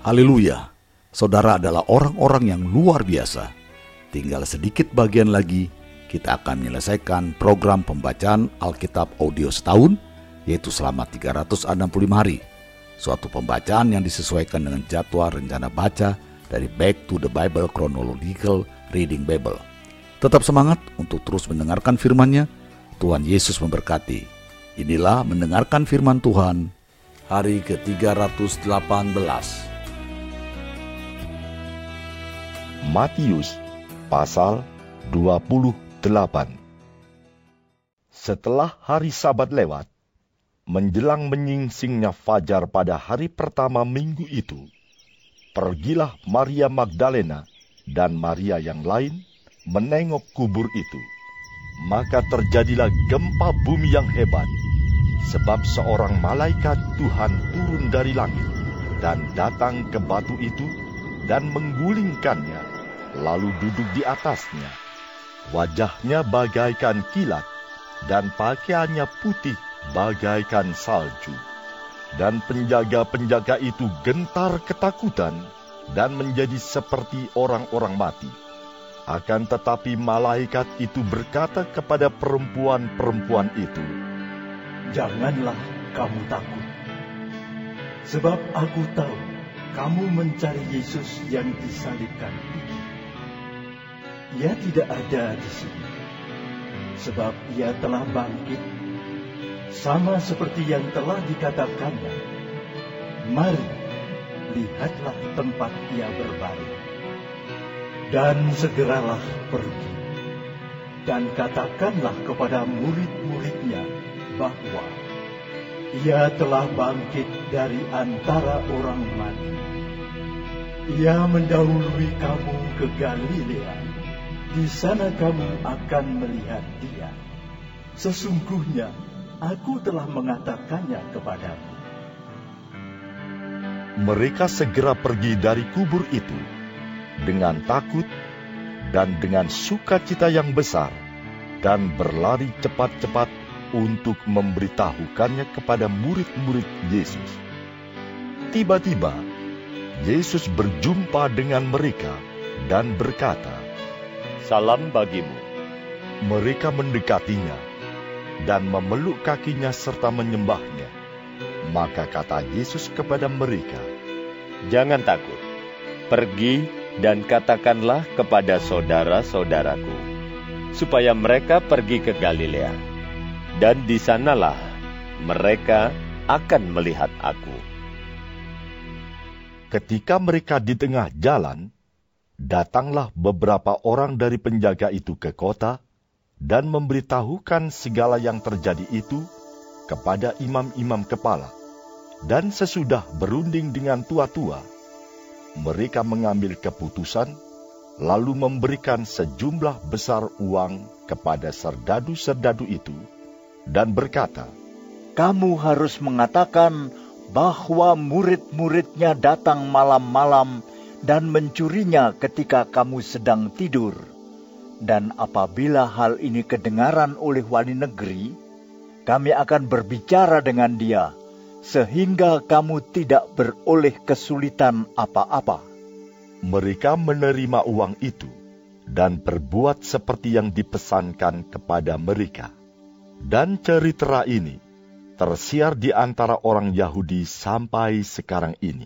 Haleluya, saudara adalah orang-orang yang luar biasa. Tinggal sedikit bagian lagi, kita akan menyelesaikan program pembacaan Alkitab audio setahun, yaitu selama 365 hari. Suatu pembacaan yang disesuaikan dengan jadwal rencana baca dari Back to the Bible Chronological Reading Bible. Tetap semangat untuk terus mendengarkan firman-Nya. Tuhan Yesus memberkati. Inilah mendengarkan firman Tuhan, hari ke-318. Matius pasal 28. Setelah hari Sabat lewat, menjelang menyingsingnya fajar pada hari pertama minggu itu, pergilah Maria Magdalena dan Maria yang lain menengok kubur itu. Maka terjadilah gempa bumi yang hebat, sebab seorang malaikat Tuhan turun dari langit dan datang ke batu itu dan menggulingkannya, lalu duduk di atasnya. Wajahnya bagaikan kilat dan pakaiannya putih bagaikan salju. Dan penjaga-penjaga itu gentar ketakutan dan menjadi seperti orang-orang mati. Akan tetapi malaikat itu berkata kepada perempuan-perempuan itu, "Janganlah kamu takut, sebab aku tahu kamu mencari Yesus yang disalibkan itu. Ia tidak ada di sini, sebab ia telah bangkit, sama seperti yang telah dikatakannya. Mari, lihatlah tempat ia berbaring. Dan segeralah pergi, dan katakanlah kepada murid-muridnya bahwa ia telah bangkit dari antara orang mati. Ia mendahului kamu ke Galilea. Di sana kamu akan melihat dia. Sesungguhnya aku telah mengatakannya kepadamu." Mereka segera pergi dari kubur itu dengan takut dan dengan sukacita yang besar, dan berlari cepat-cepat untuk memberitahukannya kepada murid-murid Yesus. Tiba-tiba, Yesus berjumpa dengan mereka dan berkata, "Salam bagimu." Mereka mendekatinya dan memeluk kakinya serta menyembahnya. Maka kata Yesus kepada mereka, "Jangan takut. Pergi dan katakanlah kepada saudara-saudaraku, supaya mereka pergi ke Galilea, dan di sanalah mereka akan melihat aku." Ketika mereka di tengah jalan, datanglah beberapa orang dari penjaga itu ke kota dan memberitahukan segala yang terjadi itu kepada imam-imam kepala. Dan sesudah berunding dengan tua-tua, mereka mengambil keputusan, lalu memberikan sejumlah besar uang kepada serdadu-serdadu itu, dan berkata, "Kamu harus mengatakan bahwa murid-muridnya datang malam-malam dan mencurinya ketika kamu sedang tidur. Dan apabila hal ini kedengaran oleh wali negeri, kami akan berbicara dengan dia, sehingga kamu tidak beroleh kesulitan apa-apa." Mereka menerima uang itu dan berbuat seperti yang dipesankan kepada mereka. Dan cerita ini tersiar di antara orang Yahudi sampai sekarang ini.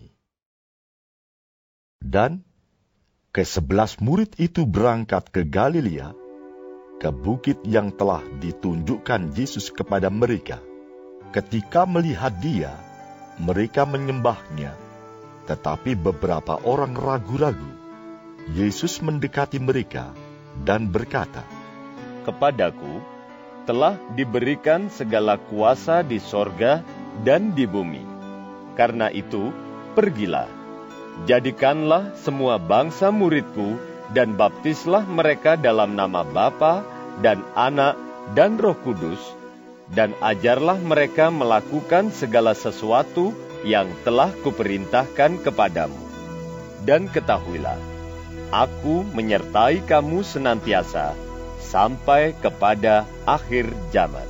Dan ke-11 murid itu berangkat ke Galilea, ke bukit yang telah ditunjukkan Yesus kepada mereka. Ketika melihat dia, mereka menyembahnya, tetapi beberapa orang ragu-ragu. Yesus mendekati mereka dan berkata, "Kepadaku telah diberikan segala kuasa di sorga dan di bumi. Karena itu, pergilah, jadikanlah semua bangsa muridku, dan baptislah mereka dalam nama Bapa dan Anak dan Roh Kudus, dan ajarlah mereka melakukan segala sesuatu yang telah kuperintahkan kepadamu. Dan ketahuilah, aku menyertai kamu senantiasa sampai kepada akhir zaman."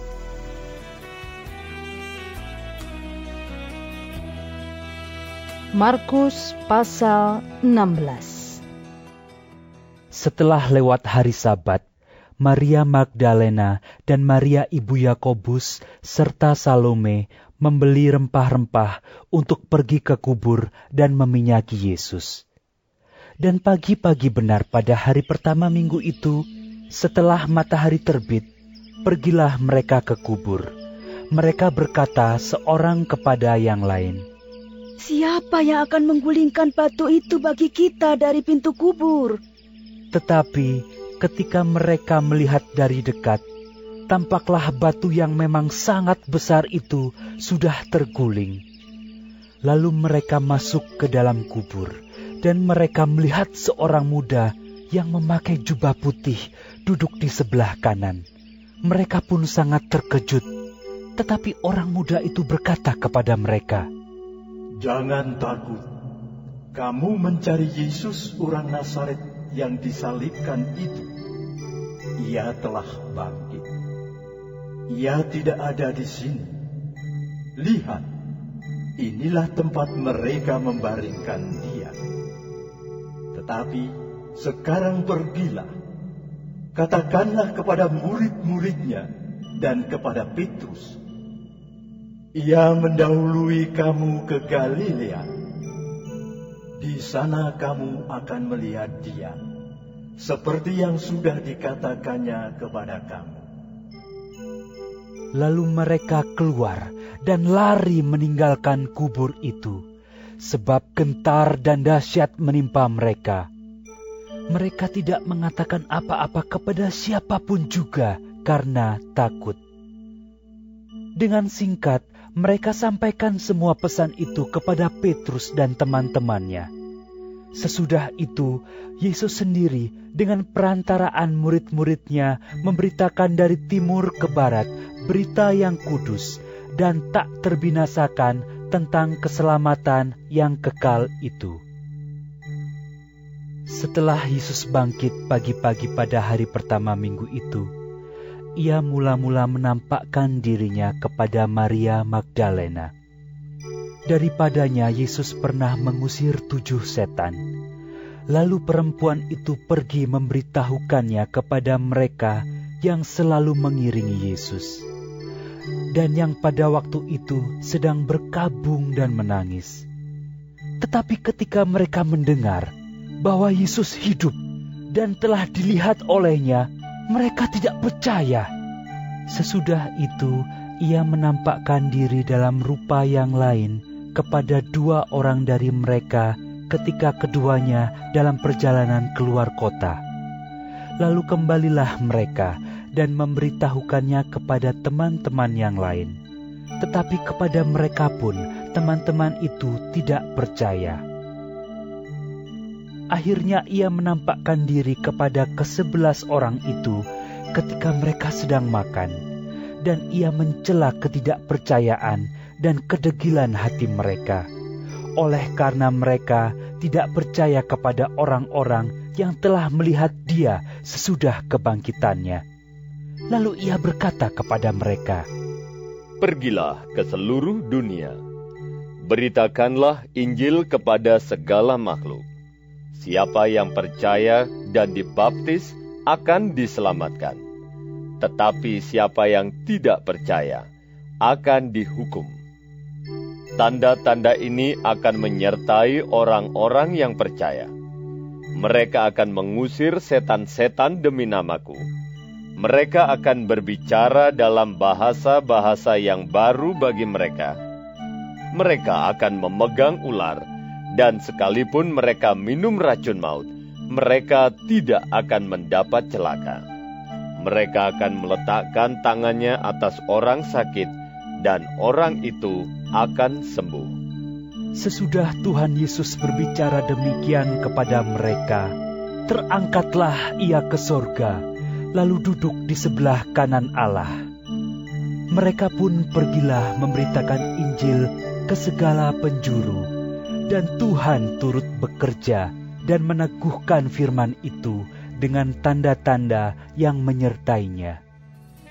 Markus pasal 16. Setelah lewat hari Sabat, Maria Magdalena dan Maria ibu Yakobus serta Salome membeli rempah-rempah untuk pergi ke kubur dan meminyaki Yesus. Dan pagi-pagi benar pada hari pertama minggu itu, setelah matahari terbit, pergilah mereka ke kubur. Mereka berkata seorang kepada yang lain, "Siapa yang akan menggulingkan batu itu bagi kita dari pintu kubur?" Tetapi ketika mereka melihat dari dekat, tampaklah batu yang memang sangat besar itu sudah terguling. Lalu mereka masuk ke dalam kubur, dan mereka melihat seorang muda yang memakai jubah putih duduk di sebelah kanan. Mereka pun sangat terkejut. Tetapi orang muda itu berkata kepada mereka, "Jangan takut. Kamu mencari Yesus orang Nazaret yang disalibkan itu. Ia telah bangkit. Ia tidak ada di sini. Lihat, inilah tempat mereka membaringkan dia. Tetapi sekarang pergilah, katakanlah kepada murid-muridnya dan kepada Petrus, ia mendahului kamu ke Galilea. Di sana kamu akan melihat dia, seperti yang sudah dikatakannya kepada kamu." Lalu mereka keluar dan lari meninggalkan kubur itu, sebab gentar dan dahsyat menimpa mereka. Mereka tidak mengatakan apa-apa kepada siapapun juga karena takut. Dengan singkat, mereka sampaikan semua pesan itu kepada Petrus dan teman-temannya. Sesudah itu, Yesus sendiri dengan perantaraan murid-muridnya memberitakan dari timur ke barat berita yang kudus dan tak terbinasakan tentang keselamatan yang kekal itu. Setelah Yesus bangkit pagi-pagi pada hari pertama minggu itu, ia mula-mula menampakkan dirinya kepada Maria Magdalena. Daripadanya Yesus pernah mengusir 7 setan. Lalu perempuan itu pergi memberitahukannya kepada mereka yang selalu mengiringi Yesus, dan yang pada waktu itu sedang berkabung dan menangis. Tetapi ketika mereka mendengar bahwa Yesus hidup dan telah dilihat olehnya, mereka tidak percaya. Sesudah itu, ia menampakkan diri dalam rupa yang lain kepada 2 orang dari mereka ketika keduanya dalam perjalanan keluar kota. Lalu kembalilah mereka dan memberitahukannya kepada teman-teman yang lain. Tetapi kepada mereka pun teman-teman itu tidak percaya. Akhirnya ia menampakkan diri kepada ke-11 orang itu ketika mereka sedang makan, dan ia mencela ketidakpercayaan dan kedegilan hati mereka, oleh karena mereka tidak percaya kepada orang-orang yang telah melihat dia sesudah kebangkitannya. Lalu ia berkata kepada mereka, "Pergilah ke seluruh dunia, beritakanlah Injil kepada segala makhluk. Siapa yang percaya dan dibaptis akan diselamatkan. Tetapi siapa yang tidak percaya akan dihukum. Tanda-tanda ini akan menyertai orang-orang yang percaya. Mereka akan mengusir setan-setan demi namaku. Mereka akan berbicara dalam bahasa-bahasa yang baru bagi mereka. Mereka akan memegang ular, dan sekalipun mereka minum racun maut, mereka tidak akan mendapat celaka. Mereka akan meletakkan tangannya atas orang sakit, dan orang itu akan sembuh." Sesudah Tuhan Yesus berbicara demikian kepada mereka, terangkatlah ia ke sorga, lalu duduk di sebelah kanan Allah. Mereka pun pergilah memberitakan Injil ke segala penjuru, dan Tuhan turut bekerja dan meneguhkan firman itu dengan tanda-tanda yang menyertainya.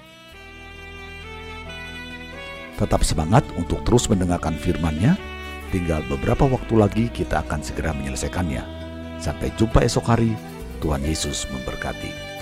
Tetap semangat untuk terus mendengarkan firman-Nya. tinggal beberapa waktu lagi kita akan segera menyelesaikannya. Sampai jumpa esok hari. Tuhan Yesus memberkati.